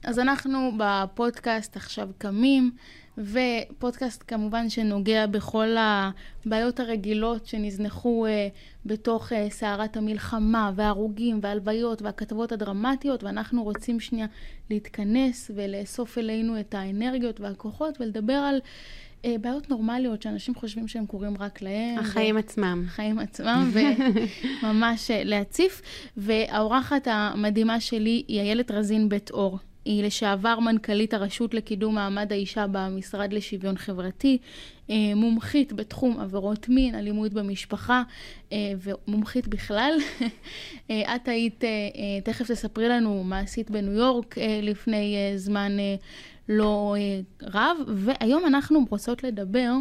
אז אנחנו בפודקאסט עכשיו קמים, ופודקאסט כמובן שנוגע בכל הבעיות הרגילות שנזנחו בתוך סערת המלחמה, וההרוגים, וההלוויות, והכתבות הדרמטיות, ואנחנו רוצים שנייה להתכנס ולאסוף אלינו את האנרגיות והכוחות, ולדבר על בעיות נורמליות שאנשים חושבים שהם קוראים רק להם. החיים עצמם. החיים עצמם, וממש להציף. והאורחת המדהימה שלי היא איילת רזין בית אור. היא לשעבר מנכ"לית הרשות לקידום מעמד האישה במשרד לשוויון חברתי, מומחית בתחום עבירות מין, אלימות במשפחה, ומומחית בכלל. את היית, תכף תספרי לנו מה עשית בניו יורק לפני זמן לא רב, והיום אנחנו רוצות לדבר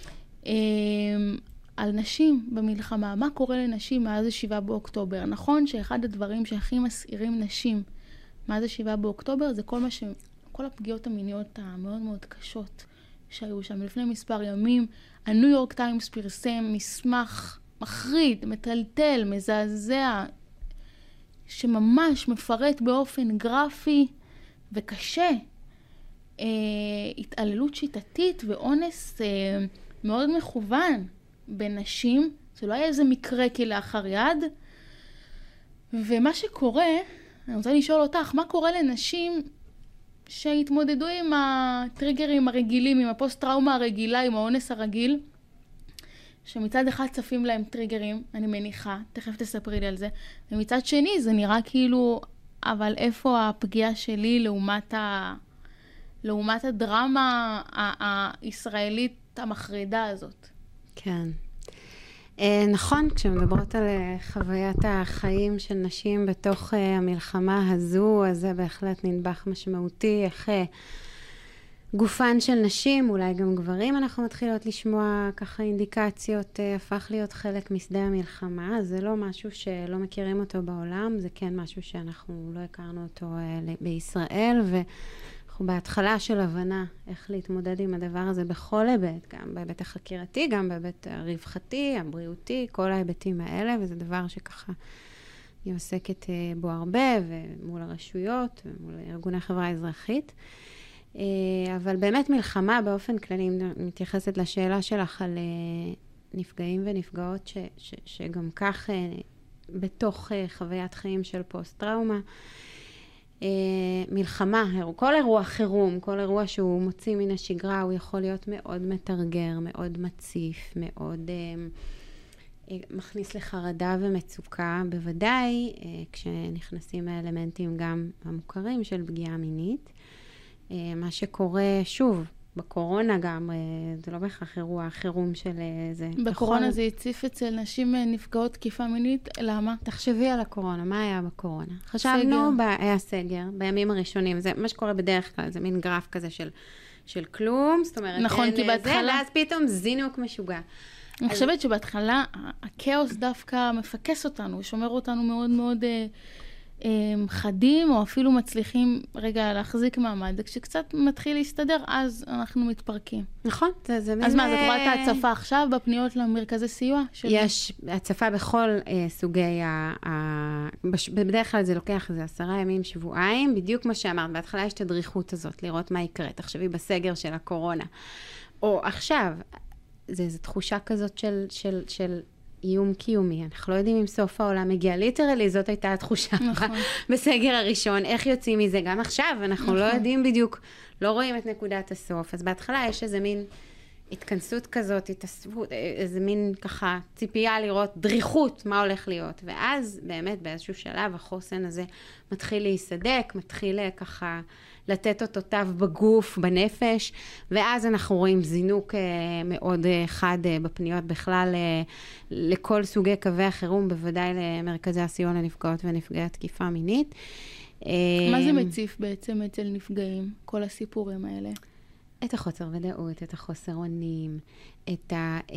על נשים במלחמה. מה קורה לנשים מאז 7 באוקטובר? נכון שאחד הדברים שהכי מסעירים נשים מאז 7 באוקטובר זה כל הפגיעות המיניות המאוד מאוד קשות שהיו שם. לפני מספר ימים, הניו יורק טיימס פרסם מסמך מחריד, מטלטל, מזעזע, שממש מפרט באופן גרפי וקשה התעללות שיטתית ואונס מאוד מכוון בנשים. זה לא היה איזה מקרה כלאחר יד. ומה שקורה, אני רוצה לשאול אותך, מה קורה לנשים שהתמודדו עם הטריגרים הרגילים, עם הפוסט-טראומה הרגילה, עם האונס הרגיל, שמצד אחד צפים להם טריגרים, אני מניחה, תכף תספרי לי על זה, ומצד שני זה נראה כאילו, אבל איפה הפגיעה שלי לעומת הדרמה הישראלית המחרידה הזאת? כן. נכון, כשמדברות על חוויית החיים של נשים בתוך המלחמה הזו, אז זה בהחלט נדבך משמעותי, איך גופן של נשים, אולי גם גברים, אנחנו מתחילות לשמוע ככה אינדיקציות, הפך להיות חלק משדה המלחמה. זה לא משהו שלא מכירים אותו בעולם, זה כן משהו שאנחנו לא הכרנו אותו בישראל, אנחנו בהתחלה של הבנה איך להתמודד עם הדבר הזה בכל היבט, גם בהיבט החקירתי, גם בהיבט הרווחתי, הבריאותי, כל ההיבטים האלה, וזה דבר שככה אני עוסקת בו הרבה, ומול הרשויות, ומול ארגוני חברה אזרחית. אבל באמת מלחמה באופן כללי, מתייחסת לשאלה שלך על נפגעים ונפגעות, שגם כך בתוך חוויית חיים של פוסט-טראומה, מלחמה, כל אירוע חירום, כל אירוע שהוא מוציא מן השגרה, הוא יכול להיות מאוד מתרגר, מאוד מציף, מאוד מכניס לחרדה ומצוקה, בוודאי כשנכנסים האלמנטים גם המוכרים של פגיעה מינית. מה שקורה, שוב, בקורונה גם, זה לא בהכרח אירוע חירום של זה. בקורונה זה הציף אצל נשים נפגעות תקיפה מינית, למה? תחשבי על הקורונה, מה היה בקורונה? חשבנו, היה סגר, בימים הראשונים, זה מה שקורה בדרך כלל, זה מין גרף כזה של כלום, זאת אומרת, נכון, כי בהתחלה, ואז פתאום זינוק משוגע. אני חושבת שבהתחלה, הכאוס דווקא מפקס אותנו, שומר אותנו מאוד מאוד חדים, או אפילו מצליחים רגע להחזיק מעמד, וכשקצת מתחיל להסתדר, אז אנחנו מתפרקים. נכון. אז מה, זאת רואה את ההצפה עכשיו בפניות למרכזי סיוע? יש הצפה בכל סוגי, בדרך כלל זה לוקח איזה 10 ימים, שבועיים, בדיוק מה שאמרת, בהתחלה יש את הדריכות הזאת, לראות מה יקרה, תחשבי בסגר של הקורונה. או עכשיו, זה איזו תחושה כזאת של איום קיומי, אנחנו לא יודעים אם סוף העולם מגיע, ליטרלי זאת הייתה התחושה בסגר הראשון, איך יוצאים מזה גם עכשיו, אנחנו לא יודעים בדיוק, לא רואים את נקודת הסוף, אז בהתחלה יש איזה מין התכנסות כזאת, איזה מין ככה ציפייה לראות דריכות מה הולך להיות, ואז באמת באיזשהו שלב החוסן הזה מתחיל להיסדק, מתחיל ככה לתת אותותיו בגוף, בנפש, ואז אנחנו רואים זינוק מאוד חד בפניות בכלל לכל סוגי קווי החירום, בוודאי למרכזי הסיוע לנפגעות ונפגעי תקיפה מינית. מה זה מציף בעצם אצל נפגעים, כל הסיפורים האלה? את החוסר ודאות, את החוסר אונים, את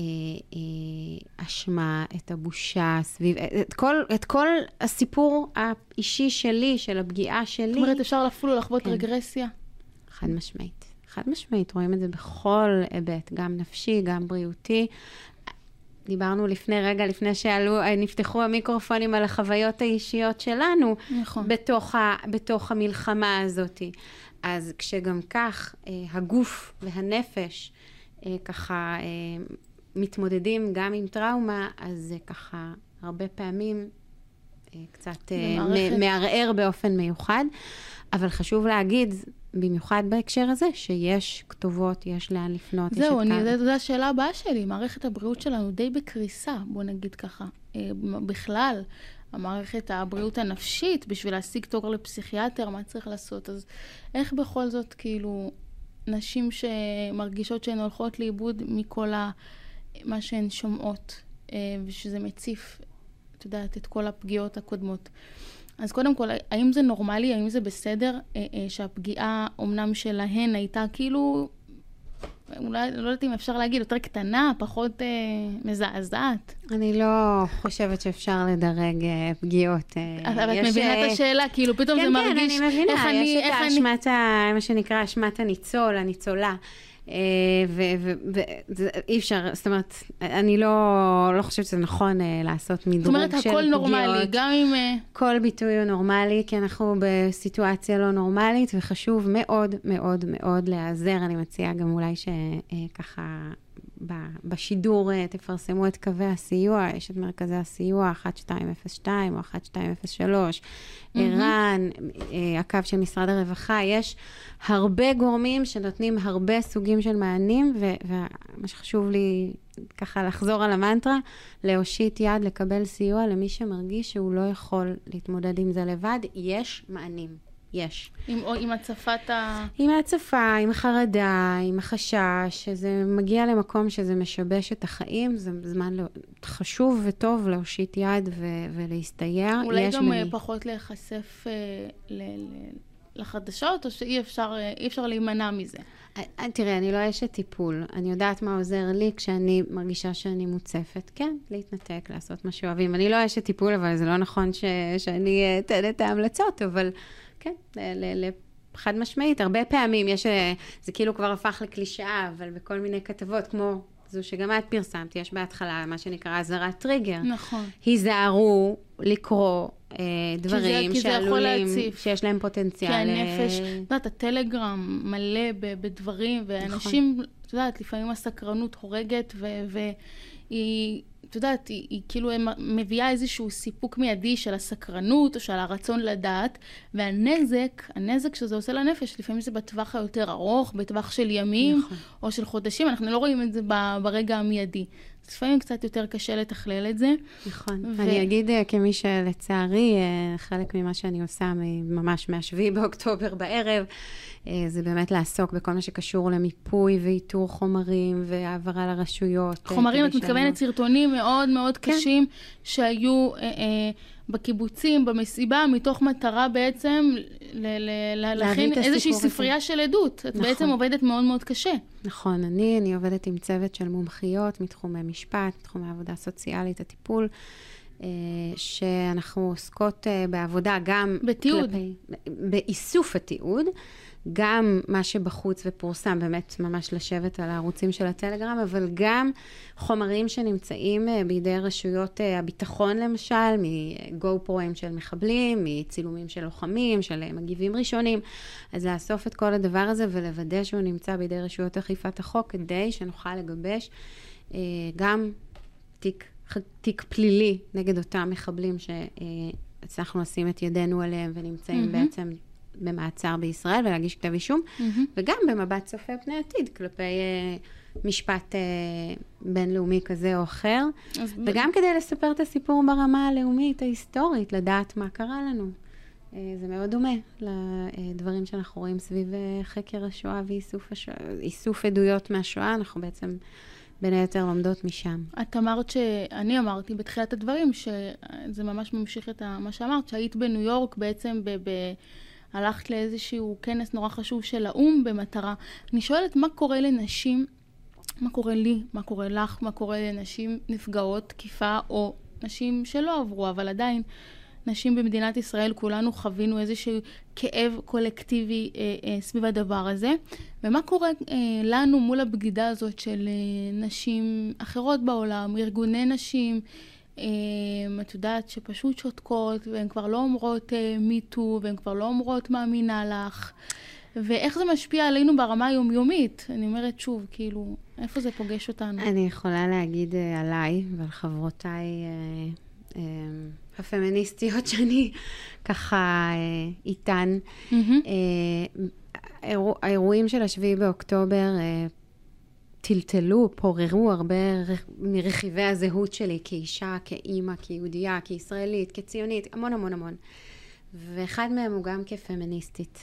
האשמה, את הבושה סביב, את כל הסיפור האישי שלי, של הפגיעה שלי. זאת אומרת, אפשר אפילו לחוות רגרסיה? חד משמעית. חד משמעית, רואים את זה בכל היבט, גם נפשי, גם בריאותי. דיברנו לפני נפתחו המיקרופונים על החוויות האישיות שלנו, נכון. בתוך המלחמה הזאת. אז כשגם כך הגוף והנפש ככה מתמודדים גם עם טראומה, אז זה ככה הרבה פעמים קצת מערער באופן מיוחד. אבל חשוב להגיד, במיוחד בהקשר הזה, שיש כתובות, יש לאן לפנות. זהו, זו השאלה הבאה שלי. מערכת הבריאות שלנו די בקריסה, בוא נגיד ככה. בכלל, המערכת הבריאות הנפשית, בשביל להשיג תור לפסיכיאטר, מה צריך לעשות? אז איך בכל זאת, כאילו, נשים שמרגישות שהן הולכות לאיבוד מכל מה שהן שומעות, ושזה מציף, את יודעת, את כל הפגיעות הקודמות. אז קודם כל, האם זה נורמלי, האם זה בסדר, שהפגיעה אומנם שלהן הייתה כאילו, אולי, לא יודעת אם אפשר להגיד, יותר קטנה, פחות מזעזעת? אני לא חושבת שאפשר לדרג פגיעות. אבל את מבינה את השאלה, כאילו פתאום זה מרגיש... כן, אני מבינה, יש את האשמת, מה שנקרא אשמת הניצול, הניצולה. ואי אפשר, זאת אומרת, אני לא חושבת שזה נכון לעשות מדרוג של פגיעות. זאת אומרת, הכל נורמלי, גם אם... כל ביטוי הוא נורמלי, כי אנחנו בסיטואציה לא נורמלית, וחשוב מאוד מאוד מאוד להיעזר. אני מציעה גם אולי שככה בשידור תפרסמו את קווי הסיוע, יש את מרכזי הסיוע 1202 או 1203, ערן, הקו של משרד הרווחה, יש הרבה גורמים שנותנים הרבה סוגים של מענים, ומה שחשוב לי ככה לחזור על המנטרה, להושיט יד, לקבל סיוע למי שמרגיש שהוא לא יכול להתמודד עם זה לבד, יש מענים. יש. עם הצפת עם ההצפה, עם החרדה, עם החשש, שזה מגיע למקום שזה משבש את החיים, זה זמן חשוב וטוב להושיט יד ולהסתייע. אולי גם פחות להיחשף לחדשות, או שאי אפשר להימנע מזה? תראה, אני לא אשת טיפול. אני יודעת מה עוזר לי כשאני מרגישה שאני מוצפת. כן, להתנתק, לעשות מה שאוהבים. אני לא אשת טיפול, אבל זה לא נכון שאני אתן את ההמלצות, אבל... כן, חד משמעית. הרבה פעמים זה כאילו כבר הפך לקלישאה, אבל בכל מיני כתבות, כמו זו שגם את פרסמת, יש בהתחלה מה שנקרא אזהרת טריגר. נכון. היזהרו לקרוא דברים שעלולים, שיש להם פוטנציאל. כי הנפש, את יודעת, הטלגרם מלא בדברים, ואנשים, את יודעת, לפעמים הסקרנות הורגת, והיא... את יודעת, היא כאילו מביאה איזשהו סיפוק מיידי של הסקרנות, או של הרצון לדעת, והנזק שזה עושה לנפש, לפעמים זה בטווח היותר ארוך, בטווח של ימים, נכון. או של חודשים, אנחנו לא רואים את זה ברגע המיידי. אז לפעמים קצת יותר קשה לתכלל את זה. נכון. אני אגיד כמי שלצערי, חלק ממה שאני עושה ממש מה-7 באוקטובר בערב, זה באמת לעסוק בכל מה שקשור למיפוי ואיתור חומרים והעברה לרשויות. חומרים, את מתכוונת סרטונים מאוד מאוד קשים שהיו בקיבוצים, במסיבה, מתוך מטרה בעצם להכין איזושהי ספרייה של עדות. את בעצם עובדת מאוד מאוד קשה. נכון, אני עובדת עם צוות של מומחיות מתחומי משפט, מתחומי עבודה סוציאלית, הטיפול, שאנחנו עוסקות בעבודה גם... בתיעוד. באיסוף התיעוד, גם מה שבחוץ ופורסם, באמת ממש לשבת על הערוצים של הטלגרם, אבל גם חומרים שנמצאים בידי רשויות הביטחון למשל, מגו-פרוים של מחבלים, מצילומים של לוחמים, של מגיבים ראשונים. אז לאסוף את כל הדבר הזה ולוודא שהוא נמצא בידי רשויות אכיפת החוק, כדי שנוכל לגבש גם תיק פלילי נגד אותם מחבלים שהצלחנו לשים את ידינו עליהם ונמצאים בעצם במעצר בישראל ולהגיש כתב אישום, וגם במבט צופה פני עתיד כלפי משפט בינלאומי כזה או אחר, וגם כדי לספר את הסיפור ברמה הלאומית, ההיסטורית, לדעת מה קרה לנו. זה מאוד דומה לדברים שאנחנו רואים סביב חקר השואה ואיסוף עדויות מהשואה, אנחנו בעצם בין היתר לומדות משם. את אמרת אני אמרתי בתחילת הדברים, שזה ממש ממשיך את מה שאמרת, שהיית בניו יורק בעצם הלכת לאיזשהו כנס נורא חשוב של האום במטרה. אני שואלת מה קורה לנשים, מה קורה לי, מה קורה לך, מה קורה לנשים נפגעות תקיפה, או נשים שלא עברו, אבל עדיין נשים במדינת ישראל, כולנו חווינו איזשהו כאב קולקטיבי סביב הדבר הזה. ומה קורה לנו מול הבגידה הזאת של נשים אחרות בעולם, ארגוני נשים, את יודעת שפשוט שותקות, והן כבר לא אומרות מיטו, והן כבר לא אומרות מאמינה לך. ואיך זה משפיע עלינו ברמה היומיומית? אני אומרת שוב, כאילו, איפה זה פוגש אותנו? אני יכולה להגיד עליי ועל חברותיי הפמיניסטיות שאני ככה איתן. האירועים של 7 באוקטובר טלטלו, פוררו הרבה מרכיבי הזהות שלי כאישה, כאימא, כיהודייה, כישראלית, כציונית, המון המון המון. ואחד מהם הוא גם כפמיניסטית.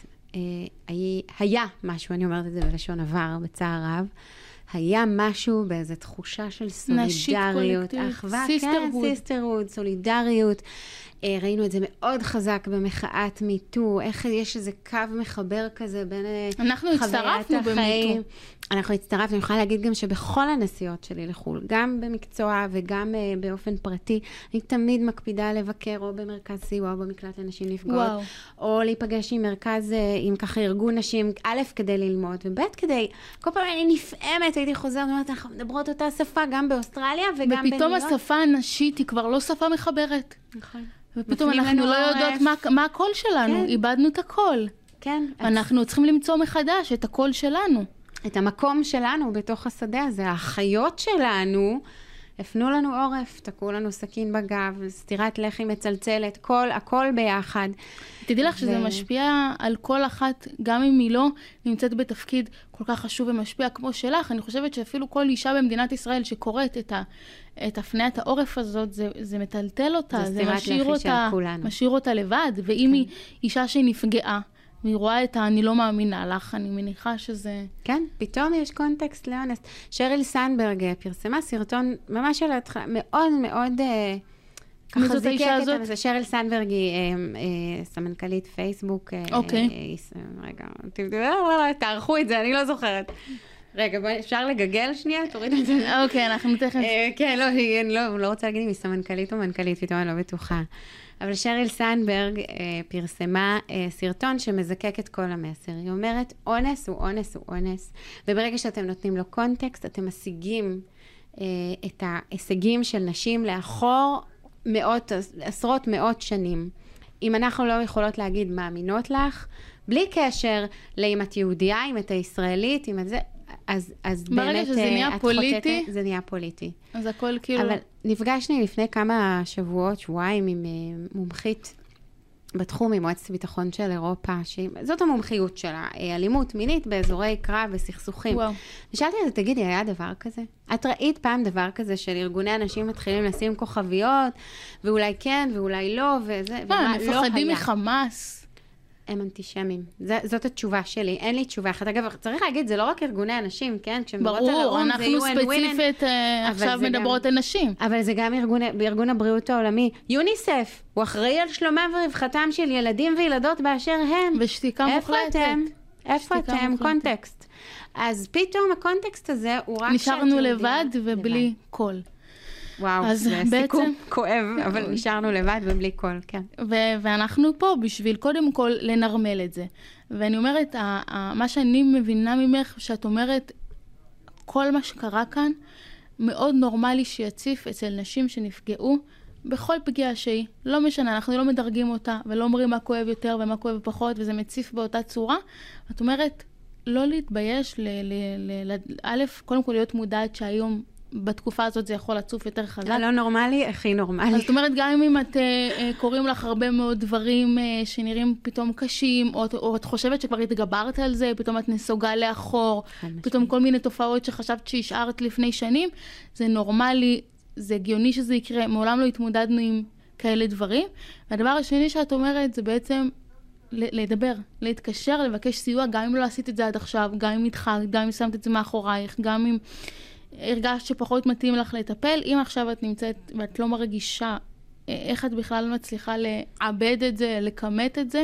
היה משהו, אני אומרת את זה בלשון עבר, בצער רב, היה משהו באיזו תחושה של סולידריות, אחווה, סיסטרהוד, סולידריות. ראינו את זה מאוד חזק במחאת מיטו, איך יש איזה קו מחבר כזה בין אנחנו הצטרפנו במיטו. אנחנו הצטרפנו, אני יכולה להגיד גם שבכל הנסיעות שלי לחול, גם במקצוע וגם באופן פרטי, אני תמיד מקפידה לבקר או במרכז סיוע או במקלט לנשים נפגעות, או להיפגש עם מרכז, עם ככה ארגון נשים, א' כדי ללמוד, וב' כדי, כל פעם אני נפעמת, הייתי חוזרת, אומרת, אנחנו מדברות אותה שפה גם באוסטרליה וגם בניו יורק. ופתאום השפה הנשית היא כבר לא שפה מחברת. נכון. ופתאום אנחנו לא יודעות מה הקול שלנו, איבדנו את הקול. כן. אנחנו צריכים למצוא מחדש את הקול שלנו. את המקום שלנו בתוך השדה הזה, האחיות שלנו, הפנו לנו עורף, תקעו לנו סכין בגב, סתירת לחי מצלצלת, הכל ביחד. תדעי לך שזה משפיע על כל אחת, גם אם היא לא נמצאת בתפקיד כל כך חשוב ומשפיע כמו שלך. אני חושבת שאפילו כל אישה במדינת ישראל שקוראת את הפניית העורף הזאת, זה מטלטל אותה, זה משאיר אותה לבד. ואם היא אישה שנפגעה, והיא רואה את אני לא מאמינה לך, אני מניחה שזה... כן, פתאום יש קונטקסט לאונס. שריל סנדברג פרסמה סרטון ממש על ההתחלה, מאוד מאוד... מי זאת האישה הזאת? שריל סנדברג היא סמנכ"לית פייסבוק. אוקיי. רגע, תערכו את זה, אני לא זוכרת. רגע, אפשר לגגל שנייה? תוריד את זה. אוקיי, אנחנו תכף... כן, לא רוצה להגיד אם היא סמנכ"לית או מנכ"לית, פתאום אני לא בטוחה. אבל שריל סנדברג פרסמה סרטון שמזקק את כל המסר. היא אומרת, אונס הוא אונס הוא אונס, וברגע שאתם נותנים לו קונטקסט, אתם משיגים את ההישגים של נשים לאחור עשרות מאות שנים. אם אנחנו לא יכולות להגיד מאמינות לך, בלי קשר לאם את יהודייה, אם את הישראלית, אם את זה... אז ברגע שזה נהיה פוליטי, זה נהיה פוליטי. אז הכל כאילו... אבל נפגשני לפני כמה שבועיים עם מומחית בתחום ממועצת הביטחון של אירופה, זאת המומחיות שלה, אלימות מינית באזורי קרב וסכסוכים. ושאלתי את זה, תגידי, היה דבר כזה? את ראית פעם דבר כזה של ארגוני אנשים מתחילים לשים כוכביות, ואולי כן ואולי לא, וזה, ומה, לא מפחדים מחמאס. הם אנטישמים. זאת התשובה שלי. אין לי תשובה אחת. אגב, צריך להגיד, זה לא רק ארגוני אנשים, כן? ברור, אנחנו ספציפית עכשיו מדברות על נשים. אבל זה גם בארגון הבריאות העולמי. יוניסף, הוא אחראי על שלומם ורווחתם של ילדים וילדות באשר הם. ושתיקה מוחלטת. איפה אתם? קונטקסט. אז פתאום הקונטקסט הזה הוא רק... נשארנו לבד ובלי קול. וואו, זה סיכום כואב, אבל נשארנו לבד ובלי קול, כן. ואנחנו פה בשביל קודם כל לנרמל את זה. ואני אומרת, מה שאני מבינה ממך, שאת אומרת, כל מה שקרה כאן, מאוד נורמלי שיציף אצל נשים שנפגעו, בכל פגיעה שהיא. לא משנה, אנחנו לא מדרגים אותה, ולא אומרים מה כואב יותר ומה כואב פחות, וזה מציף באותה צורה. את אומרת, לא להתבייש, א', קודם כל להיות מודעת שהיום, בתקופה הזאת זה יכול לצוף יותר חזק. לא נורמלי, הכי נורמלי. אז זאת אומרת, גם אם את קוראים לך הרבה מאוד דברים שנראים פתאום קשים, או את חושבת שכבר התגברת על זה, פתאום את נסוגה לאחור, פתאום כל מיני תופעות שחשבת שהשארת לפני שנים, זה נורמלי, זה הגיוני שזה יקרה, מעולם לא התמודדנו עם כאלה דברים. והדבר השני שאת אומרת זה בעצם לדבר, להתקשר, לבקש סיוע, גם אם לא עשית את זה עד עכשיו, גם אם התחלת, גם אם שמת את זה מאחורייך, גם אם הרגשת שפחות מתאים לך לטפל, אם עכשיו את נמצאת ואת לא מרגישה איך את בכלל מצליחה לעבד את זה, לקמת את זה,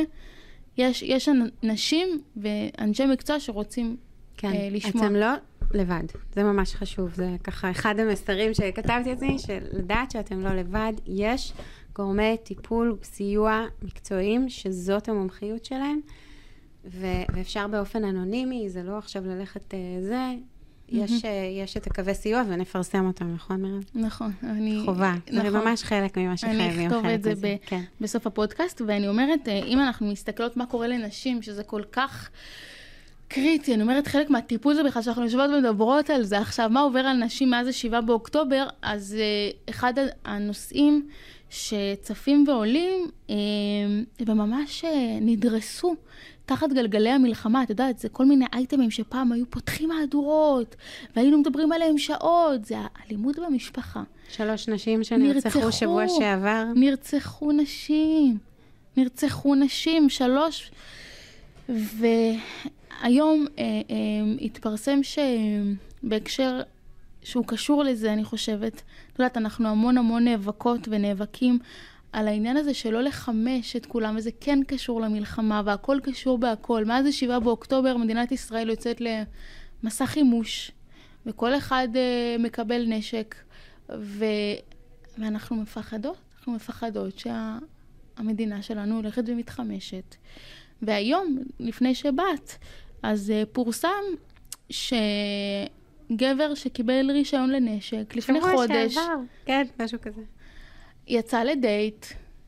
יש נשים ואנשי מקצוע שרוצים לשמוע. אתם לא לבד, זה ממש חשוב, זה ככה אחד המסרים שכתבתי את זה, של לדעת שאתם לא לבד, יש גורמי טיפול, סיוע מקצועיים, שזאת המומחיות שלהם, ואפשר באופן אנונימי, זה לא עכשיו ללכת יש את הקווי סיוע ונפרסם אותם, נכון מירב? נכון. חובה. זה ממש חלק ממה שחייבים. אני אכתוב את זה בסוף הפודקאסט, ואני אומרת, אם אנחנו מסתכלות מה קורה לנשים, שזה כל כך קריטי, אני אומרת, חלק מהטיפול זה בכלל שאנחנו יושבות ומדברות על זה. עכשיו, מה עובר על נשים מאז 7 באוקטובר? אז אחד הנושאים שצפים ועולים, וממש נדרסו תחת גלגלי המלחמה. את יודעת, זה כל מיני אייטמים שפעם היו פותחים מהדורות, והיינו מדברים עליהם שעות. זה האלימות במשפחה. 3 נשים שנרצחו שבוע שעבר. נרצחו נשים, 3. והיום התפרסם שבהקשר שהוא קשור לזה, אני חושבת, את יודעת, אנחנו המון נאבקות ונאבקים על העניין הזה שלא לחמש את כולם, וזה כן קשור למלחמה, והכל קשור בהכל. מאז 7 באוקטובר מדינת ישראל יוצאת למסע חימוש, וכל אחד מקבל נשק, ואנחנו מפחדות שהמדינה שלנו הולכת ומתחמשת. והיום, לפני שבאת, אז פורסם שגבר שקיבל רישיון לנשק, לפני חודש, כן, משהו כזה. יצא לדייט,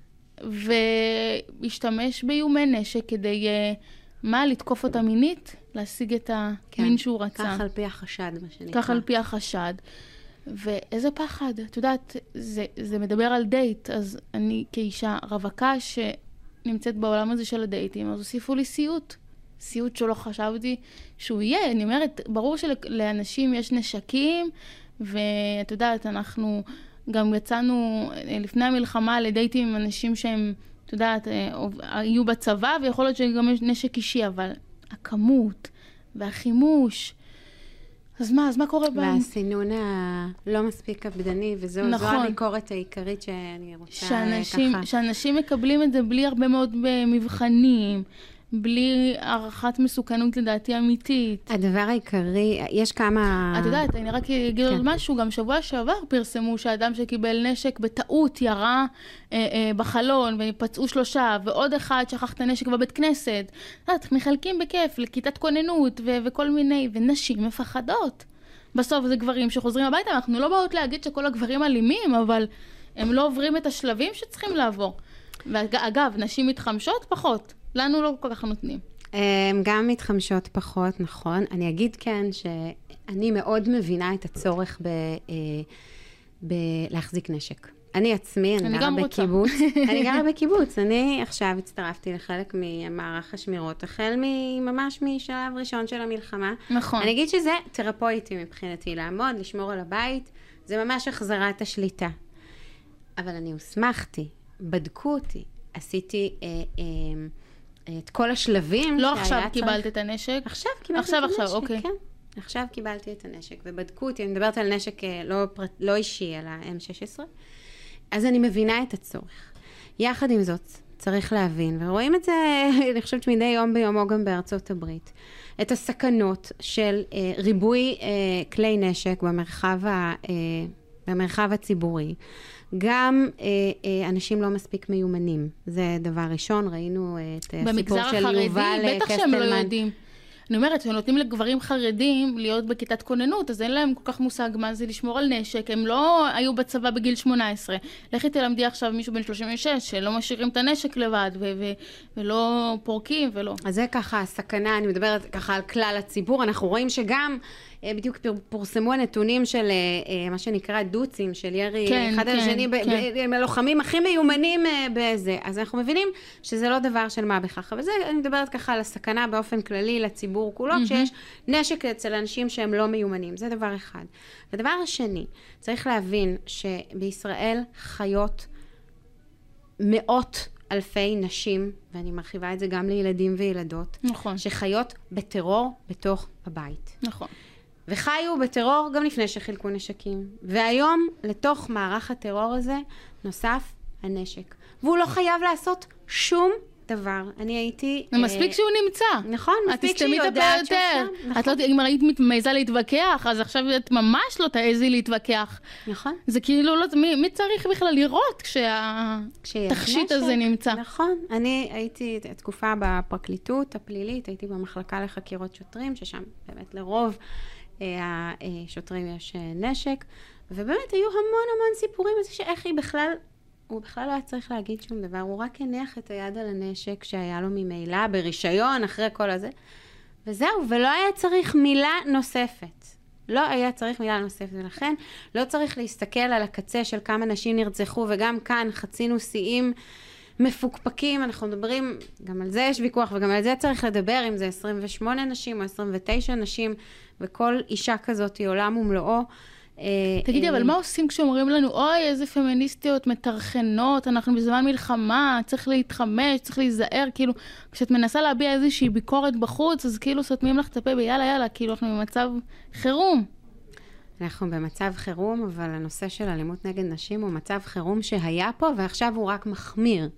והשתמש באיומי נשק כדי, לתקוף אותה מינית, להשיג את המין שהוא רצה. כך על פי החשד, מה שנקרא. כך על פי החשד. ואיזה פחד, את יודעת, זה מדבר על דייט, אז אני כאישה רווקה שנמצאת בעולם הזה של הדייטים, אז הוסיפו לי סיוט שלא חשבתי שהוא יהיה. אני אומרת, ברור שלאנשים יש נשקים, ואת יודעת, אנחנו גם יצאנו לפני המלחמה לדייטים עם אנשים שהם, את יודעת, היו בצבא, ויכול להיות שגם יש נשק אישי, אבל הכמות והחימוש, אז מה קורה בהם? והסינון הלא מספיק קפדני, וזו הביקורת העיקרית שאני רוצה ככה. שאנשים מקבלים את זה בלי הרבה מאוד מבחנים, בלי הערכת מסוכנות לדעתי אמיתית. הדבר העיקרי, יש כמה... את יודעת, אני רק אגיד עוד משהו, גם שבוע שעבר פרסמו שהאדם שקיבל נשק בטעות ירה בחלון, ופצעו 3, ועוד אחד שכח את הנשק בבית כנסת. את יודעת, מחלקים בכיף לכיתת כוננות וכל מיני, ונשים מפחדות. בסוף זה גברים שחוזרים הביתה, אנחנו לא באות להגיד שכל הגברים אלימים, אבל הם לא עוברים את השלבים שצריכים לעבור. ואגב, נשים מתחמשות פחות. לנו לא כל כך נותנים. גם מתחמשות פחות, נכון. אני אגיד כן שאני מאוד מבינה את הצורך להחזיק נשק. אני עצמי, אני גרה בקיבוץ. אני גרה בקיבוץ. אני עכשיו הצטרפתי לחלק ממערך השמירות, החל ממש משלב ראשון של המלחמה. נכון. אני אגיד שזה תרפויטי מבחינתי, לעמוד, לשמור על הבית, זה ממש החזרת השליטה. אבל אני הוסמכתי, בדקו אותי, עשיתי... את כל השלבים לא עכשיו קיבלת את הנשק? עכשיו קיבלתי את הנשק, אוקיי. כן. עכשיו קיבלתי את הנשק, ובדקו אותי, אני מדברת על נשק לא אישי, אלא M16, אז אני מבינה את הצורך. יחד עם זאת, צריך להבין, ורואים את זה, אני חושבת שמדי יום ביומו גם בארצות הברית, את הסכנות של ריבוי כלי נשק במרחב הציבורי, גם אנשים לא מספיק מיומנים. זה דבר ראשון, ראינו את הסיפור של יובל קסטלמן. במגזר החרדי, בטח שהם לא יודעים. אני אומרת, שהם נותנים לגברים חרדים להיות בכיתת כוננות, אז אין להם כל כך מושג מה זה לשמור על נשק, הם לא היו בצבא בגיל 18. לכי תלמדי עכשיו מישהו בן 36, שלא משאירים את הנשק לבד, ולא פורקים, ולא. אז זה ככה הסכנה, אני מדברת ככה על כלל הציבור, אנחנו רואים שגם בדיוק פורסמו הנתונים של מה שנקרא דוצים, של ירי אחד על השני, בלוחמים הכי מיומנים בזה. אז אנחנו מבינים שזה לא דבר של מה בכך. אבל זה, אני מדברת ככה על הסכנה באופן כללי לציבור כולו, כשיש נשק אצל אנשים שהם לא מיומנים. זה דבר אחד. הדבר השני, צריך להבין שבישראל חיות מאות אלפי נשים, ואני מרחיבה את זה גם לילדים וילדות, נכון. שחיות בטרור בתוך הבית. נכון. וחיו בטרור גם לפני שחילקו נשקים. והיום, לתוך מערך הטרור הזה, נוסף הנשק. והוא לא חייב לעשות שום דבר. אני הייתי... זה מספיק שהוא נמצא. נכון, מספיק שהיא יודעת שהוא שם. את לא, אם היית מעיזה להתווכח, אז עכשיו את ממש לא תעזי להתווכח. נכון. זה כאילו, מי צריך בכלל לראות כשהתכשיט הזה נמצא? נכון. אני הייתי תקופה בפרקליטות הפלילית, הייתי במחלקה לחקירות שוטרים, ששם באמת לרוב השוטרים יש נשק, ובאמת היו המון סיפורים על זה שאיך היא בכלל... הוא בכלל לא היה צריך להגיד שום דבר, הוא רק הניח את היד על הנשק שהיה לו ממילא ברישיון אחרי כל הזה, וזהו, ולא היה צריך מילה נוספת. לא היה צריך מילה נוספת, ולכן לא צריך להסתכל על הקצה של כמה נשים נרצחו, וגם כאן חצינו שיאים מפוקפקים, אנחנו מדברים, גם על זה יש ויכוח, וגם על זה צריך לדבר, אם זה 28 נשים או 29 נשים, וכל אישה כזאת היא עולם ומלואו, תגידי, אבל מה עושים כשאומרים לנו, אוי, איזה פמיניסטיות מטרחנות, אנחנו בזמן מלחמה, צריך להתחמש, צריך להיזהר, כאילו, כשאת מנסה להביע איזושהי ביקורת בחוץ, אז כאילו סותמים לך את הפה ביאללה, כאילו אנחנו במצב חירום. אנחנו במצב חירום, אבל הנושא של אלימות נגד נשים הוא מצב חירום שהיה פה, ועכשיו הוא רק מחמיר.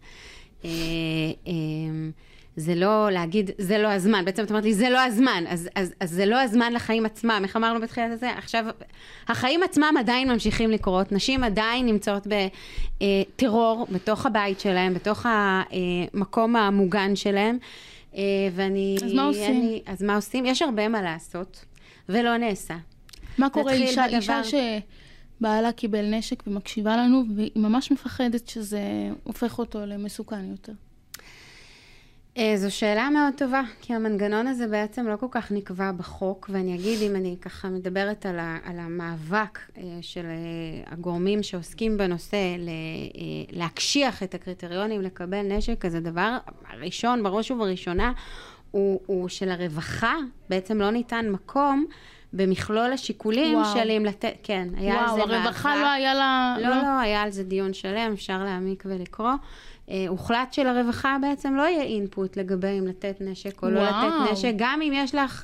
זה לא להגיד, זה לא הזמן. בעצם את אומרת לי, זה לא הזמן. אז זה לא הזמן לחיים עצמם. איך אמרנו בתחילת הזה? עכשיו, החיים עצמם עדיין ממשיכים לקרות. נשים עדיין נמצאות בטרור בתוך הבית שלהם, בתוך המקום המוגן שלהם. אז מה עושים? אז מה עושים? יש הרבה מה לעשות, ולא נעשה. מה קורה אישה שבעלה קיבל נשק ומקשיבה לנו, והיא ממש מפחדת שזה הופך אותו למסוכן יותר? זו שאלה מאוד טובה, כי המנגנון הזה בעצם לא כל כך נקבע בחוק, ואני אגיד, אם אני ככה מדברת על המאבק של הגורמים שעוסקים בנושא, להקשיח את הקריטריונים לקבל נשק, אז הדבר הראשון, בראש ובראשונה, הוא של הרווחה, בעצם לא ניתן מקום במכלול השיקולים של אם לתת, כן, היה על זה מאבק. הרווחה לא היה לה... לא, היה על זה דיון שלם, אפשר להעמיק ולקרוא. הוחלט של הרווחה בעצם לא יהיה אינפוט לגבי אם לתת נשק או לא לתת נשק, גם אם יש לך,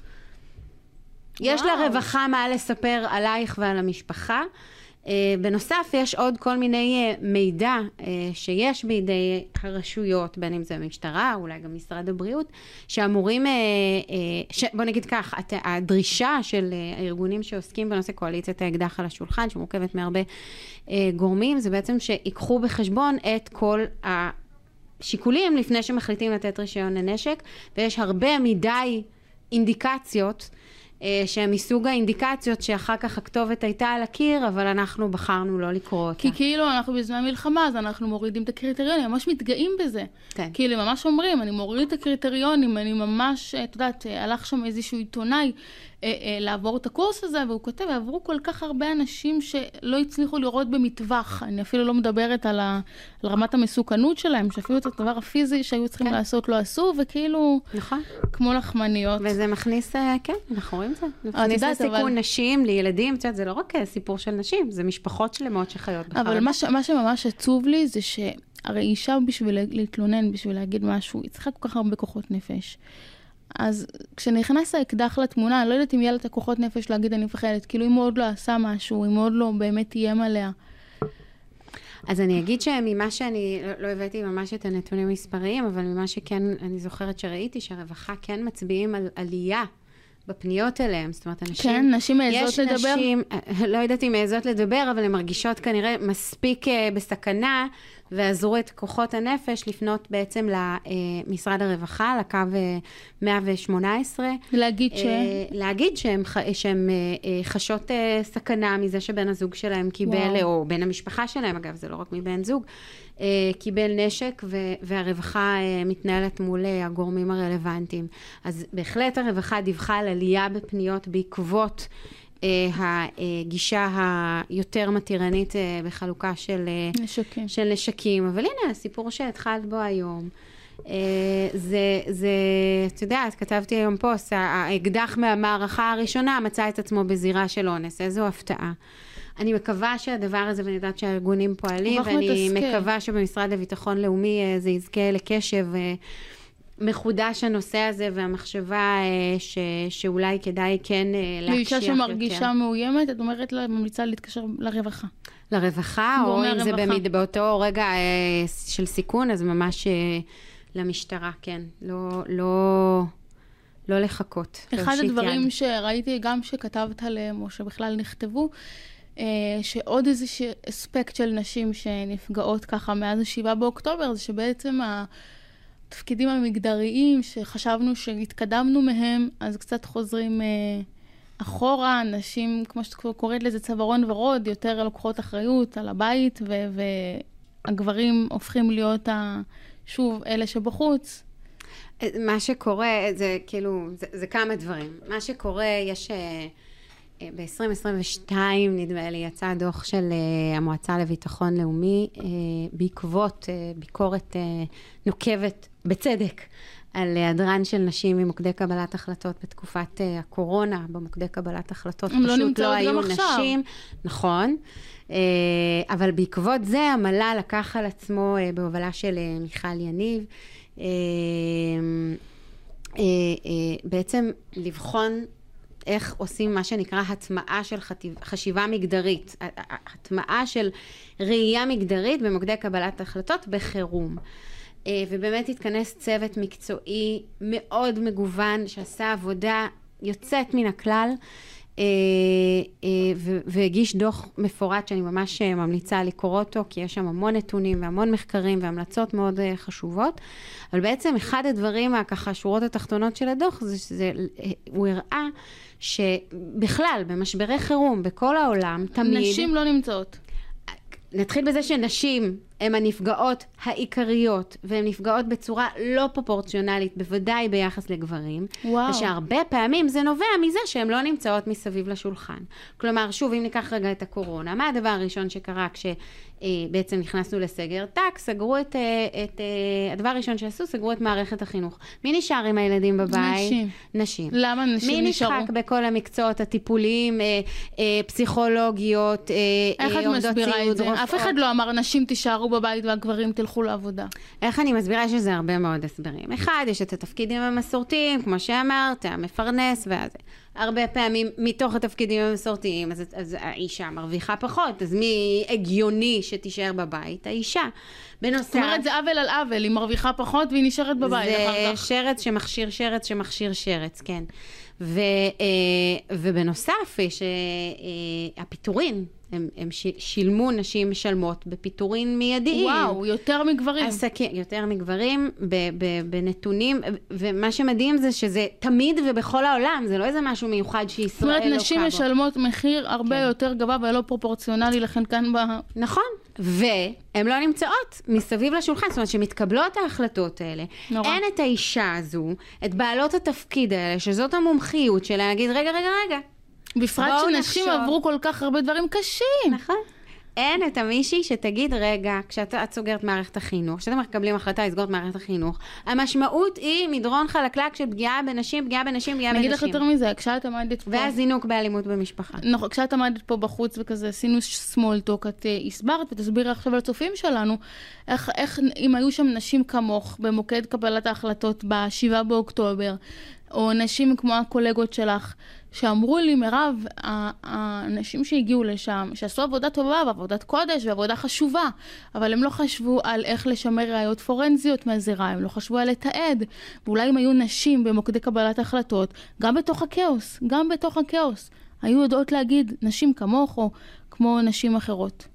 יש לרווחה מה לספר עלייך ועל המשפחה. בנוסף, יש עוד כל מיני מידע שיש בידי הרשויות, בין אם זה המשטרה, אולי גם משרד הבריאות, שאמורים, בוא נגיד כך, הדרישה של הארגונים שעוסקים בנושא קואליציית האקדח על השולחן, שמורכבת מהרבה גורמים, זה בעצם שיקחו בחשבון את כל השיקולים לפני שמחליטים לתת רישיון לנשק, ויש הרבה מדי אינדיקציות, שהן מסוג האינדיקציות שאחר כך הכתובת הייתה על הקיר, אבל אנחנו בחרנו לא לקרוא אותה. כי כאילו אנחנו בזמן מלחמה, אז אנחנו מורידים את הקריטריונים, ממש מתגאים בזה. כן. כאילו ממש אומרים, אני מוריד את הקריטריונים, אני ממש, את יודעת, הלך שם איזשהו עיתונאי לעבור את הקורס הזה, והוא כותב, ועברו כל כך הרבה אנשים שלא הצליחו לראות במטווח. אני אפילו לא מדברת על רמת המסוכנות שלהם, שאפילו את הדבר הפיזי שהיו צריכים לעשות לא עשו, וכאילו, נכון. כמו לחמניות. וזה מכניס, כן, אנחנו רואים זה. מכניס לסיכון נשים, לילדים, זה לא רק סיפור של נשים, זה משפחות שלמות שחיות בחרדה. אבל מה שממש עצוב לי זה שהרי אישה בשביל להתלונן, בשביל להגיד משהו, היא צריכה כל כך הרבה כוחות נפש. אז כשנכנס האקדח לתמונה, אני לא יודעת אם יהיה לה את הכוחות נפש להגיד אני מפחדת, כאילו אם הוא עוד לא עשה משהו, אם הוא עוד לא באמת תיים עליה. אז אני אגיד שממה שאני, לא הבאתי ממש את הנתונים המספריים, אבל ממה שכן אני זוכרת שראיתי, שהרווחה כן מצביעים על עלייה בפניות אליהם, זאת אומרת, אנשים... כן, נשים מעזות לדבר? יש נשים, לא יודעת אם מעזות לדבר, אבל הן מרגישות כנראה מספיק בסכנה, ועזרו את כוחות הנפש לפנות בעצם למשרד הרווחה, לקו 118. להגיד שהן חשות סכנה מזה שבן הזוג שלהם קיבל, או בן המשפחה שלהם, אגב, זה לא רק מבן זוג, קיבל נשק, והרווחה מתנהלת מול הגורמים הרלוונטיים. אז בהחלט הרווחה דיווחה על עלייה בפניות בעקבות הגישה היותר מתירנית בחלוקה של נשקים. אבל הנה, הסיפור שהתחלת בו היום, זה, את יודעת, כתבתי היום פוסט, האקדח מהמערכה הראשונה מצא את עצמו בזירה של אונס, איזו הפתעה. אני מקווה שהדבר הזה, ואני יודעת שהארגונים פועלים, ואני מקווה שבמשרד לביטחון לאומי זה יזכה לקשב מחודש הנושא הזה, והמחשבה שאולי כדאי כן להקשיח יותר. לאישה שמרגישה מאוימת, את אומרת לה, ממליצה להתקשר לרווחה. לרווחה, או אם זה באותו רגע של סיכון, אז ממש למשטרה, כן. לא לחכות. אחד הדברים שראיתי גם שכתבת עליהם, או שבכלל נכתבו, שעוד איזשהו אספקט של נשים שנפגעות ככה מאז 7 באוקטובר, זה שבעצם התפקידים המגדריים שחשבנו שהתקדמנו מהם, אז קצת חוזרים אחורה, נשים, כמו שאת קוראת לזה, צווארון ורוד, יותר לוקחות אחריות על הבית, והגברים הופכים להיות שוב אלה שבחוץ. מה שקורה, זה כאילו, זה כמה דברים. מה שקורה, יש ב-2022, נדמה לי, יצא דוח של המועצה לביטחון לאומי, בעקבות ביקורת נוקבת, בצדק, על היעדרן של נשים ממוקדי קבלת החלטות בתקופת הקורונה, במוקדי קבלת החלטות פשוט לא היו נשים. נכון. אבל בעקבות זה, המל"ל לקח על עצמו בהובלה של מיכל יניב, בעצם לבחון איך עושים מה שנקרא הטמעה של חשיבה מגדרית, הטמעה של ראייה מגדרית במוקדי קבלת החלטות בחירום. ובאמת התכנס צוות מקצועי מאוד מגוון שעשה עבודה יוצאת מן הכלל, והגיש דוח מפורט שאני ממש ממליצה לקרוא אותו, כי יש שם המון נתונים והמון מחקרים והמלצות מאוד חשובות. אבל בעצם אחד הדברים, ככה שורות התחתונות של הדוח, הוא הראה שבכלל, במשברי חירום, בכל העולם, תמיד... נשים לא נמצאות. נתחיל בזה שנשים הן הנפגעות העיקריות, והן נפגעות בצורה לא פרופורציונלית, בוודאי ביחס לגברים. וואו. ושהרבה פעמים זה נובע מזה שהן לא נמצאות מסביב לשולחן. כלומר, שוב, אם ניקח רגע את הקורונה, מה הדבר הראשון שקרה כשבעצם נכנסנו לסגר? סגרו הדבר הראשון שעשו, סגרו את מערכת החינוך. מי נשאר עם הילדים בבית? נשים. למה נשים נשארו? מי נשחק בכל המקצועות הטיפוליים, פסיכולוגיות, עובדות ציוד, רופאות? אף אחד לא אמר, נשים תישארו בבית והגברים תלכו לעבודה. איך אני מסבירה שזה הרבה מאוד הסברים? אחד, יש את התפקידים המסורתיים, כמו שאמרת, המפרנס והזה. הרבה פעמים מתוך התפקידים המסורתיים, אז האישה מרוויחה פחות, אז מי הגיוני שתישאר בבית? האישה. בנוסף... זאת אומרת, זה עוול על עוול, היא מרוויחה פחות והיא נשארת בבית. זה שרץ שמכשיר שרץ שמכשיר שרץ, כן. ובנוסף, יש הפיטורין. הם שילמו, נשים משלמות בפיטורין מיידיים. וואו, יותר מגברים. יותר מגברים בנתונים, ומה שמדהים זה שזה תמיד ובכל העולם, זה לא איזה משהו מיוחד שישראל לא קבע. זאת אומרת, נשים משלמות מחיר הרבה יותר גבוה ולא פרופורציונלי, לכן כאן נכון, והן לא נמצאות מסביב לשולחן, זאת אומרת שמתקבלות ההחלטות האלה. נורא. אין את האישה הזו, את בעלות התפקיד האלה, שזאת המומחיות שלה, להגיד, רגע. בפרט שנשים עברו כל כך הרבה דברים קשים. נכון. אין את המישהי שתגיד, רגע, כשאת סוגרת מערכת החינוך, כשאתם מקבלים החלטה לסגור את מערכת החינוך, המשמעות היא מדרון חלקלק של פגיעה בנשים. נגיד לך יותר מזה, כשאת עמדת פה... והזינוק באלימות במשפחה. נכון, כשאת עמדת פה בחוץ וכזה, עשינו small talk, את הסברת ותסבירי עכשיו לצופים שלנו, איך אם היו שם נשים כמוך במוקד קבלת ההחלטות ב-7 באוקטובר, או נשים כמו הקולגות שלך, שאמרו לי, מירב, האנשים שהגיעו לשם, שעשו עבודה טובה ועבודת קודש ועבודה חשובה, אבל הם לא חשבו על איך לשמר ראיות פורנזיות מהזירה, הם לא חשבו על לתעד, ואולי אם היו נשים במוקדי קבלת החלטות, גם בתוך הכאוס, היו יודעות להגיד נשים כמוך או כמו נשים אחרות.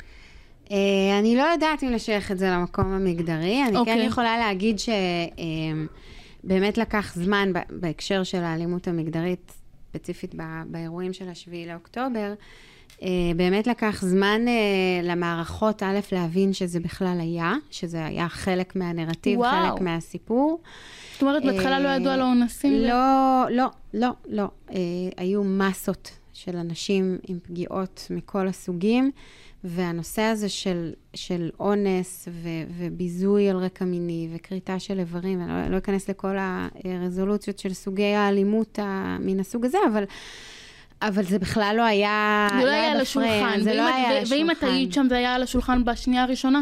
אני לא יודעת אם לשייך את זה למקום המגדרי, אני כן יכולה להגיד שבאמת לקח זמן בהקשר של האלימות המגדרית, ספציפית באירועים של 7 לאוקטובר, באמת לקח זמן למערכות א' להבין שזה בכלל היה, שזה היה חלק מהנרטיב, חלק מהסיפור. זאת אומרת, בהתחלה לא ידעו על האונסים? לא. היו מסות של אנשים עם פגיעות מכל הסוגים, והנושא הזה של אונס וביזוי על רקע מיני וקריטה של איברים, אני לא אכנס לכל הרזולוציות של סוגי האלימות מן הסוג הזה, אבל זה בכלל לא היה... זה לא היה על השולחן. ואם את היית שם, זה היה על השולחן בשנייה הראשונה?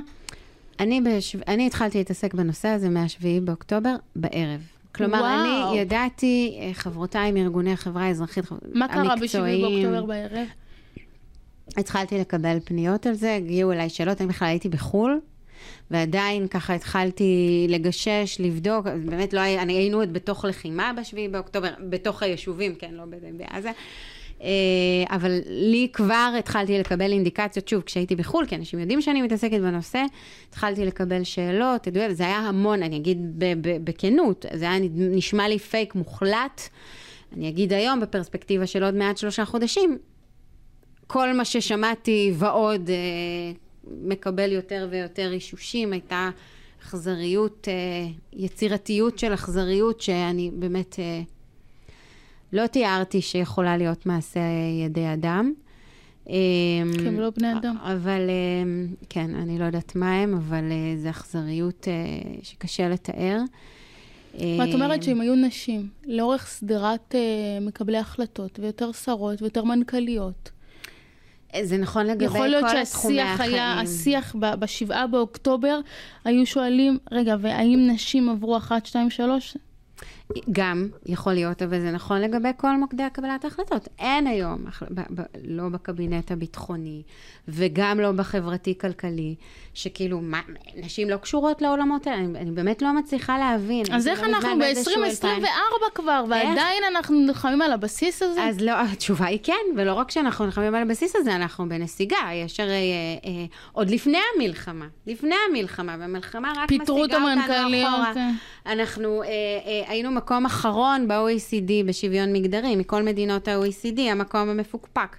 אני התחלתי להתעסק בנושא הזה מה-7 באוקטובר בערב. כלומר, אני ידעתי, חברותיי מארגוני החברה האזרחית המקצועיים... מה קרה ב-7 באוקטובר בערב? התחלתי לקבל פניות על זה, הגיעו אליי שאלות, אני בכלל הייתי בחול, ועדיין ככה התחלתי לגשש, לבדוק, באמת לא היה, היינו עוד בתוך לחימה בשביעי באוקטובר, בתוך היישובים, כן, לא בעזה, אבל לי כבר התחלתי לקבל אינדיקציות, שוב, כשהייתי בחול, כי אנשים יודעים שאני מתעסקת בנושא, התחלתי לקבל שאלות, זה היה המון, אני אגיד בכנות, זה היה נשמע לי פייק מוחלט, אני אגיד היום בפרספקטיבה של עוד מעט 3 חודשים, כל מה ששמעתי ועוד מקבל יותר ויותר אישושים, הייתה אכזריות, יצירתיות של אכזריות, שאני באמת לא תיארתי שיכולה להיות מעשה ידי אדם. כן, לא בני אדם. אבל, כן, אני לא יודעת מה הם, אבל זו אכזריות שקשה לתאר. ואת אומרת שאם היו נשים לאורך סדרת מקבלי החלטות, ויותר שרות ויותר מנכ"ליות, זה נכון לגבי כל תחומי החיים. יכול להיות שהשיח השיח ב7 באוקטובר, היו שואלים, רגע, והאם נשים עברו 1, 2, 3? גם יכול להיות, אבל זה נכון לגבי כל מוקדי הקבלת ההחלטות. אין היום, לא בקבינט הביטחוני, וגם לא בחברתי-כלכלי, שכאילו, נשים לא קשורות לעולמות האלה, אני באמת לא מצליחה להבין. אז איך אנחנו ב-2024 כבר, ועדיין אנחנו נלחמים על הבסיס הזה? אז לא, התשובה היא כן, ולא רק שאנחנו נלחמים על הבסיס הזה, אנחנו בנסיגה. יש הרי, עוד לפני המלחמה, והמלחמה רק משיגה אותנו אחורה. אנחנו היינו מקום אחרון ב-OECD בשוויון מגדרי, מכל מדינות ה-OECD, המקום המפוקפק.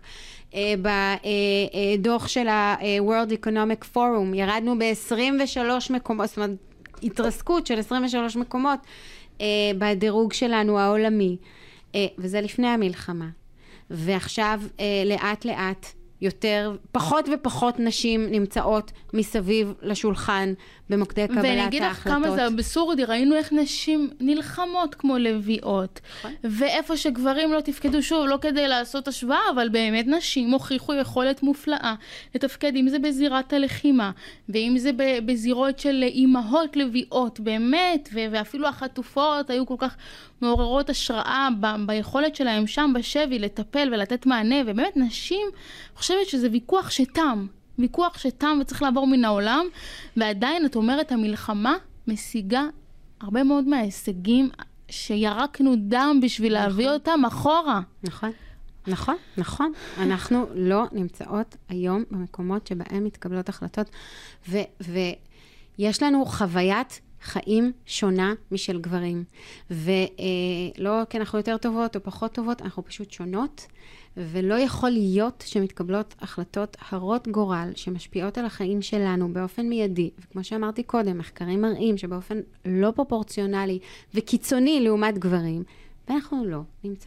בדוח של ה-World Economic Forum, ירדנו ב-23 מקומות, זאת אומרת, התרסקות של 23 מקומות בדירוג שלנו העולמי, וזה לפני המלחמה. ועכשיו לאט לאט פחות ופחות נשים נמצאות מסביב לשולחן במוקדי קבלת ההחלטות. ואני אגיד לך כמה זה אבסורדי, ראינו איך נשים נלחמות כמו לביאות, ואיפה שגברים לא תפקדו, שוב, לא כדי לעשות השוואה, אבל באמת נשים הוכיחו יכולת מופלאה לתפקד, אם זה בזירת הלחימה, ואם זה בזירות של אימהות לביאות, באמת, ואפילו החטופות היו כל כך מעוררות השראה ביכולת שלהם שם בשבי לטפל ולתת מענה, ובאמת נשים, חושבת שזה ויכוח שתם וצריך לעבור מן העולם, ועדיין את אומרת המלחמה משיגה הרבה מאוד מההישגים שירקנו דם בשביל להביא אותם אחורה. נכון. אנחנו לא נמצאות היום במקומות שבהם מתקבלות החלטות, ויש לנו חוויית חיים שונה משל גברים. ולא כי אנחנו יותר טובות או פחות טובות, אנחנו פשוט שונות, ולא יכול להיות שמתקבלות החלטות הרות גורל שמשפיעות על החיים שלנו באופן מיידי. וכמו שאמרתי קודם, מחקרים מראים שבאופן לא פרופורציונלי וקיצוני לעומת גברים, ואנחנו לא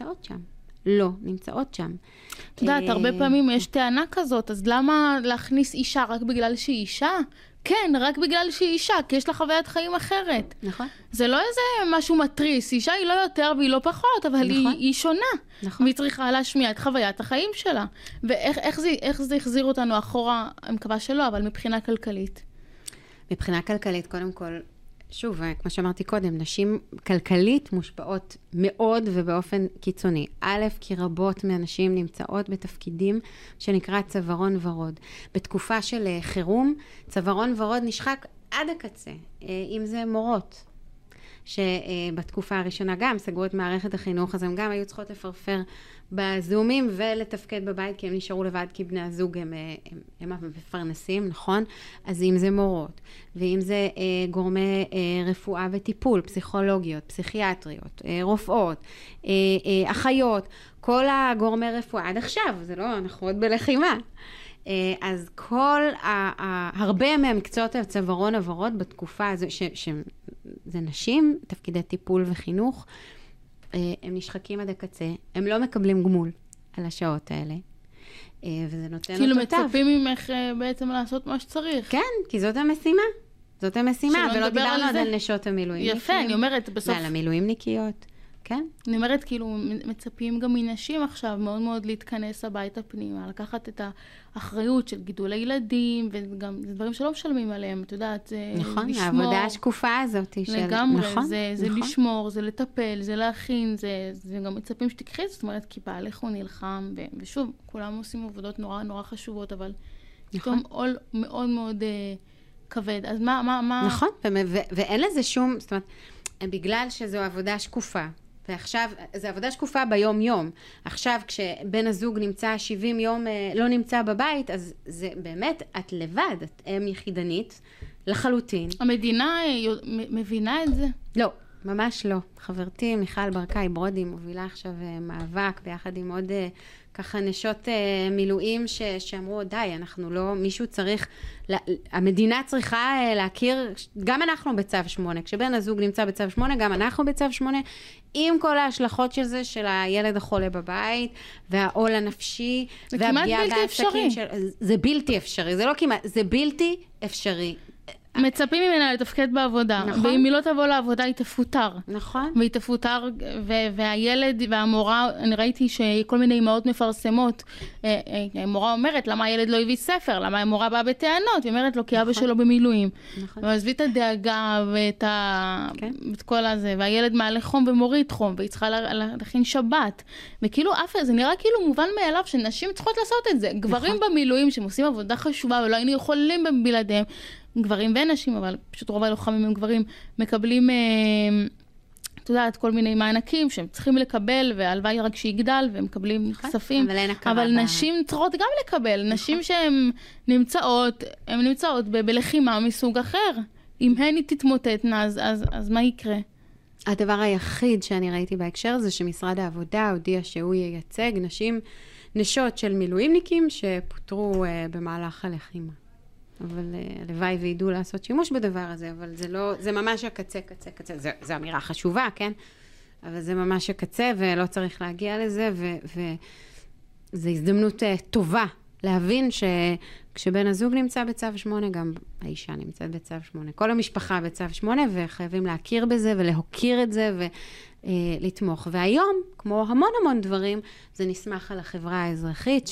נמצאות שם. את יודעת, הרבה פעמים יש טענה כזאת, אז למה להכניס אישה רק בגלל שהיא אישה? כן, רק בגלל שהיא אישה, כי יש לה חוויית חיים אחרת. נכון. זה לא איזה משהו מטריס, אישה היא לא יותר והיא לא פחות, אבל נכון. היא שונה. נכון. והיא צריכה להשמיע את חוויית החיים שלה. ואיך זה החזיר אותנו אחורה, אני מקווה שלא, אבל מבחינה כלכלית. מבחינה כלכלית, קודם כל, שוב, כמו שאמרתי קודם, נשים כלכלית מושפעות מאוד ובאופן קיצוני. א', כי רבות מהנשים נמצאות בתפקידים שנקרא צווארון ורוד. בתקופה של חירום, צווארון ורוד נשחק עד הקצה, אם זה מורות. שבתקופה הראשונה גם סגרו את מערכת החינוך, אז הם גם היו צריכות לפרפר בזומים ולתפקד בבית, כי הם נשארו לבד, כי בני הזוג הם מפרנסים, נכון? אז אם זה מורות, ואם זה גורמי רפואה וטיפול, פסיכולוגיות, פסיכיאטריות, רופאות, אחיות, כל הגורמי רפואה, עד עכשיו, זה לא, אנחנו עוד בלחימה. אז הרבה מהמקצועות הצווארון הוורוד בתקופה הזו, שזה נשים, תפקידי טיפול וחינוך, הם נשחקים עד הקצה, הם לא מקבלים גמול על השעות האלה, וזה נותן אותו טוב. כאילו מצפים ממך בעצם לעשות מה שצריך. כן, כי זאת המשימה, ולא דיברנו עוד על נשות המילואים. יפה, אני אומרת בסוף. ועל המילואים נקיות. כן. אני אומרת, כאילו, מצפים גם מנשים עכשיו מאוד מאוד להתכנס הביתה פנימה, לקחת את האחריות של גידול הילדים, וגם זה דברים שלא משלמים עליהם, את יודעת, זה נכון, לשמור. העבודה השקופה הזאת של... לגמרי, נכון, זה נכון. לשמור, זה לטפל, זה להכין, זה גם מצפים שתקחי, זאת אומרת, כי בעלך הוא נלחם, ושוב, כולם עושים עבודות נורא נורא חשובות, אבל פתאום עול מאוד מאוד כבד. אז מה... נכון, ואין לזה שום, זאת אומרת, בגלל שזו עבודה שקופה, ועכשיו, זו עבודה שקופה ביום-יום. עכשיו, כשבן הזוג נמצא 70 יום, לא נמצא בבית, אז זה באמת, את לבד, את אם יחידנית, לחלוטין. המדינה מבינה את זה? לא, ממש לא. חברתי מיכל ברקאי ברודי מובילה עכשיו מאבק ביחד עם עוד ככה נשות מילואים שאמרו, די, אנחנו לא, מישהו צריך, המדינה צריכה להכיר, גם אנחנו בצו 8, כשבן הזוג נמצא בצו 8, גם אנחנו בצו 8, עם כל ההשלכות של זה, של הילד החולה בבית, והעול הנפשי, והפגיעה בעסקים. זה בלתי אפשרי, זה לא כמעט, זה בלתי אפשרי. מצפים ממנה לתפקד בעבודה, נכון. ואם היא לא תבוא לעבודה היא תפוטר. נכון. והיא תפוטר, והילד והמורה, אני ראיתי שכל מיני אמהות מפרסמות, המורה אומרת, למה הילד לא הביא ספר? למה המורה באה בטענות? היא אומרת לו, כי אבא שלו במילואים. נכון. ועזבי את הדאגה ואת כל הזה, והילד מעלה חום ומוריד חום, והיא צריכה להכין שבת. וכאילו זה נראה כאילו מובן מאליו שנשים צריכות לעשות את זה. גברים במילואים שהם עושים עבודה חשובה, ולא היינו יכולים בלעדיהם, גברים ונשים, אבל פשוט רוב הלוחמים הם גברים, מקבלים, את יודעת, כל מיני מענקים שהם צריכים לקבל, והלוואי רק שיגדל, והם מקבלים כספים. אבל נשים צריכות גם לקבל. נשים שהן נמצאות, הן נמצאות בלחימה מסוג אחר. אם הן תתמוטטנה, אז מה יקרה? הדבר היחיד שאני ראיתי בהקשר זה שמשרד העבודה הודיע שהוא ייצג נשות של מילואימניקים שפוטרו במהלך הלחימה. אבל הלוואי וידעו לעשות שימוש בדבר הזה, אבל זה לא, זה ממש הקצה, קצה. זו אמירה חשובה, כן? אבל זה ממש הקצה, ולא צריך להגיע לזה, וזו הזדמנות טובה להבין שכשבן הזוג נמצא בצו 8, גם האישה נמצאת בצו 8. כל המשפחה בצו 8, וחייבים להכיר בזה ולהוקיר את זה ולתמוך. והיום, כמו המון דברים, זה נסמך על החברה האזרחית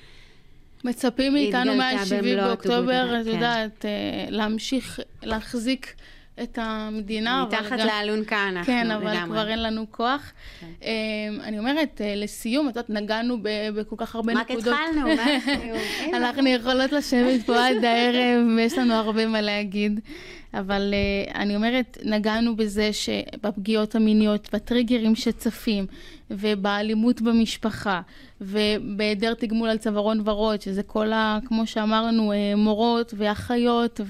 מצפים מאיתנו מה-7 באוקטובר, את יודעת, להמשיך, להחזיק את המדינה. מתחת לאלונקה אנחנו כן, אבל כבר אין לנו כוח. אני אומרת, לסיום, את יודעת, נגענו בכל כך הרבה נקודות. רק התחלנו, אנחנו יכולות לשבת פה עד הערב, ויש לנו הרבה מה להגיד. אבל אני אומרת, נגענו בזה שבפגיעות המיניות, בטריגרים שצפים, ובאלימות במשפחה, ובהיעדר תגמול על צווארון ורוד, שזה כל כמו שאמרנו, מורות ואחיות,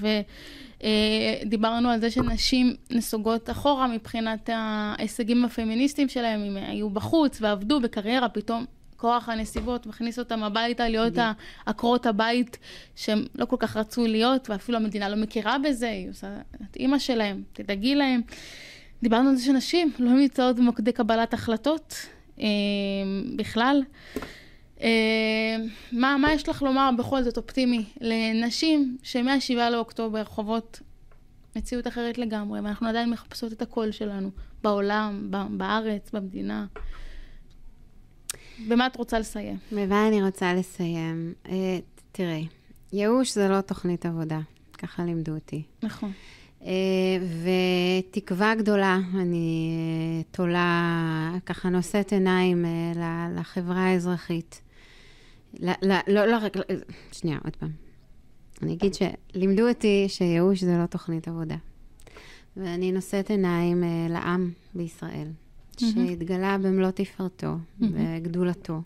ודיברנו על זה שנשים נסוגות אחורה מבחינת ההישגים הפמיניסטיים שלהם, אם היו בחוץ ועבדו בקריירה, פתאום כוח הנסיבות מכניס אותם הביתה, להיות עקרות הבית שהם לא כל כך רצו להיות, ואפילו המדינה לא מכירה בזה, היא עושה את אימא שלהם, תדאגי להם. דיברנו על זה שנשים לא נמצאות במוקדי קבלת החלטות בכלל. מה יש לך לומר בכל זאת אופטימי לנשים שמ-7 לאוקטובר חוות מציאות אחרת לגמרי, ואנחנו עדיין מחפשות את הקול שלנו בעולם, בארץ, במדינה? במה את רוצה לסיים? במה אני רוצה לסיים? תראי, ייאוש זה לא תוכנית עבודה, ככה לימדו אותי. נכון. ותקווה גדולה, אני תולה, ככה נושאת עיניים לחברה האזרחית. לא רק, שנייה, עוד פעם. אני אגיד שלימדו אותי שייאוש זה לא תוכנית עבודה. ואני נושאת עיניים לעם בישראל. שהתגלה במלוא תפארתו, בגדולתו,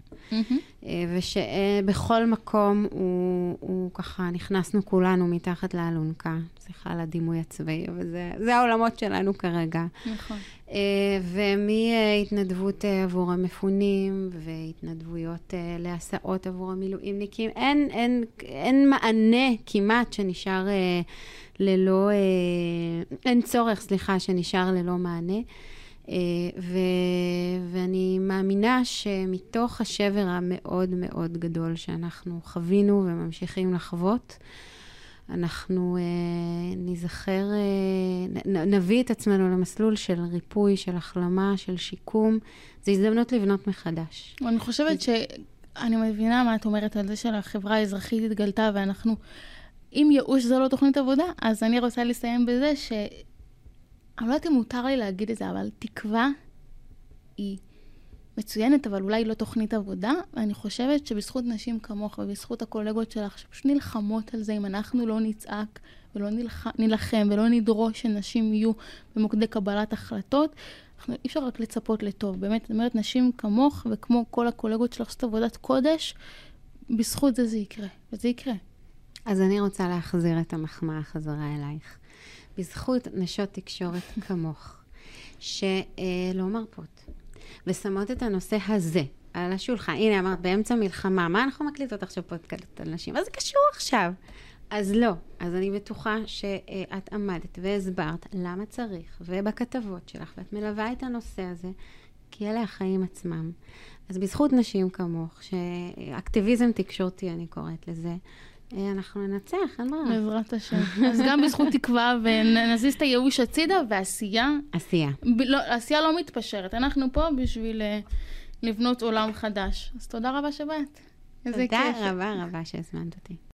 ושבכל מקום הוא ככה, נכנסנו כולנו מתחת לאלונקה, סליחה על הדימוי הצבאי, אבל זה העולמות שלנו כרגע. נכון. ומהתנדבות עבור המפונים, והתנדבויות להסעות עבור המילואימניקים, אין מענה כמעט שנשאר ללא, אין צורך, סליחה, שנשאר ללא מענה. ואני מאמינה שמתוך השבר המאוד מאוד גדול שאנחנו חווינו וממשיכים לחוות, אנחנו נזכר, נביא את עצמנו למסלול של ריפוי, של החלמה, של שיקום. זו הזדמנות לבנות מחדש. אני חושבת שאני מבינה מה את אומרת על זה שהחברה האזרחית התגלתה, ואנחנו, אם ייאוש זו לא תוכנית עבודה, אז אני רוצה לסיים בזה אני לא יודעת אם מותר לי להגיד את זה, אבל תקווה היא מצוינת, אבל אולי לא תוכנית עבודה. ואני חושבת שבזכות נשים כמוך ובזכות הקולגות שלך, שפשוט נלחמות על זה, אם אנחנו לא נצעק ולא נלחם ולא נדרוש שנשים יהיו במוקדי קבלת החלטות, אי אפשר רק לצפות לטוב. באמת, זאת אומרת, נשים כמוך וכמו כל הקולגות שלך עושות עבודת קודש, בזכות זה יקרה, וזה יקרה. אז אני רוצה להחזיר את המחמאה חזרה אלייך. בזכות נשות תקשורת כמוך, שלא מרפות, ושמות את הנושא הזה על השולחן. הנה, אמרת, באמצע מלחמה, מה אנחנו מקליטות עכשיו פודקאסט על נשים? אז זה קשור עכשיו. אז לא. אז אני בטוחה שאת עמדת והסברת למה צריך, ובכתבות שלך, ואת מלווה את הנושא הזה, כי אלה החיים עצמם. אז בזכות נשים כמוך, שאקטיביזם תקשורתי, אני קוראת לזה, אנחנו ננצח, אין ברירה. בעזרת השם. אז גם בזכות תקווה, ונזיז את הייאוש הצידה, ועשייה. עשייה. עשייה לא מתפשרת. אנחנו פה בשביל לבנות עולם חדש. אז תודה רבה שבאת. תודה רבה רבה שהזמנת אותי.